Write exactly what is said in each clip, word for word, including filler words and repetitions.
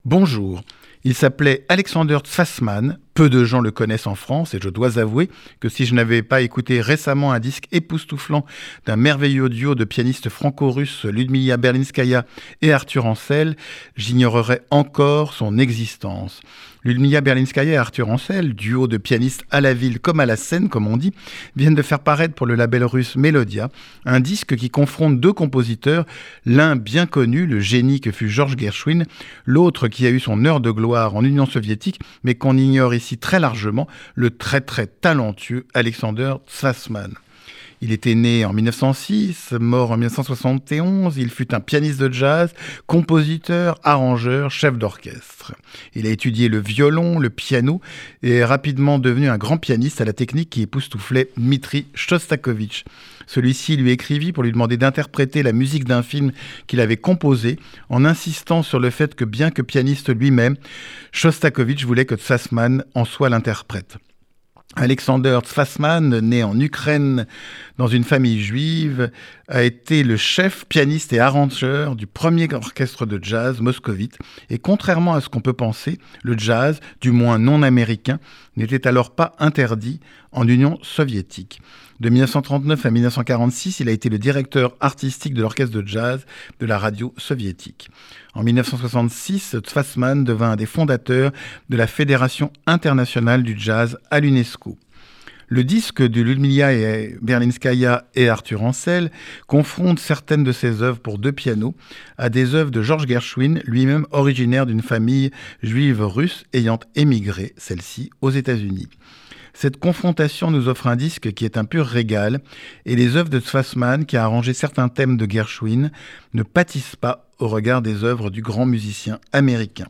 Bonjour, il s'appelait Alexander Tsfassmann. Peu de gens le connaissent en France et je dois avouer que si je n'avais pas écouté récemment un disque époustouflant d'un merveilleux duo de pianistes franco-russes Ludmilla Berlinskaya et Arthur Ancel, j'ignorerais encore son existence. Ludmilla Berlinskaya et Arthur Ancel, duo de pianistes à la ville comme à la scène, comme on dit, viennent de faire paraître pour le label russe Melodia un disque qui confronte deux compositeurs, l'un bien connu, le génie que fut Georges Gershwin, l'autre qui a eu son heure de gloire en Union soviétique, mais qu'on ignore ici très largement, le très très talentueux Alexander Tsfassmann. Il était né en mille neuf cent six, mort en mille neuf cent soixante et onze. Il fut un pianiste de jazz, compositeur, arrangeur, chef d'orchestre. Il a étudié le violon, le piano et est rapidement devenu un grand pianiste à la technique qui époustouflait Dmitri Shostakovich. Celui-ci lui écrivit pour lui demander d'interpréter la musique d'un film qu'il avait composé, en insistant sur le fait que bien que pianiste lui-même, Shostakovich voulait que Tsfassmann en soit l'interprète. Alexander Tsfassmann, né en Ukraine dans une famille juive, a été le chef, pianiste et arrangeur du premier orchestre de jazz moscovite. Et contrairement à ce qu'on peut penser, le jazz, du moins non américain, n'était alors pas interdit en Union soviétique. De mille neuf cent trente-neuf à mille neuf cent quarante-six, il a été le directeur artistique de l'orchestre de jazz de la radio soviétique. En mille neuf cent soixante-six, Tsfassmann devint un des fondateurs de la Fédération internationale du jazz à l'UNESCO. Le disque de Ludmilla et Berlinskaya et Arthur Ancel confronte certaines de ses œuvres pour deux pianos à des œuvres de Georges Gershwin, lui-même originaire d'une famille juive russe ayant émigré, celle-ci, aux États-Unis. Cette confrontation nous offre un disque qui est un pur régal, et les œuvres de Tsfassmann, qui a arrangé certains thèmes de Gershwin, ne pâtissent pas au regard des œuvres du grand musicien américain.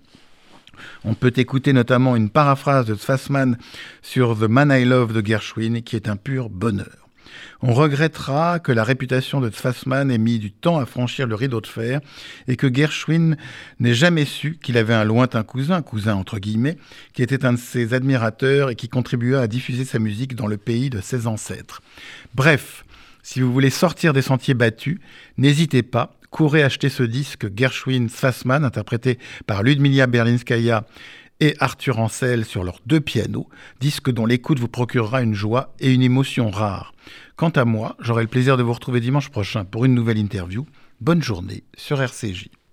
On peut écouter notamment une paraphrase de Tsfassmann sur The Man I Love de Gershwin, qui est un pur bonheur. On regrettera que la réputation de Tsfassmann ait mis du temps à franchir le rideau de fer et que Gershwin n'ait jamais su qu'il avait un lointain cousin, cousin entre guillemets, qui était un de ses admirateurs et qui contribua à diffuser sa musique dans le pays de ses ancêtres. Bref, si vous voulez sortir des sentiers battus, n'hésitez pas, courez acheter ce disque Gershwin-Tsfassmann interprété par Ludmilla Berlinskaya et Arthur Ancel sur leurs deux pianos, disque dont l'écoute vous procurera une joie et une émotion rares. Quant à moi, j'aurai le plaisir de vous retrouver dimanche prochain pour une nouvelle interview. Bonne journée sur R C J.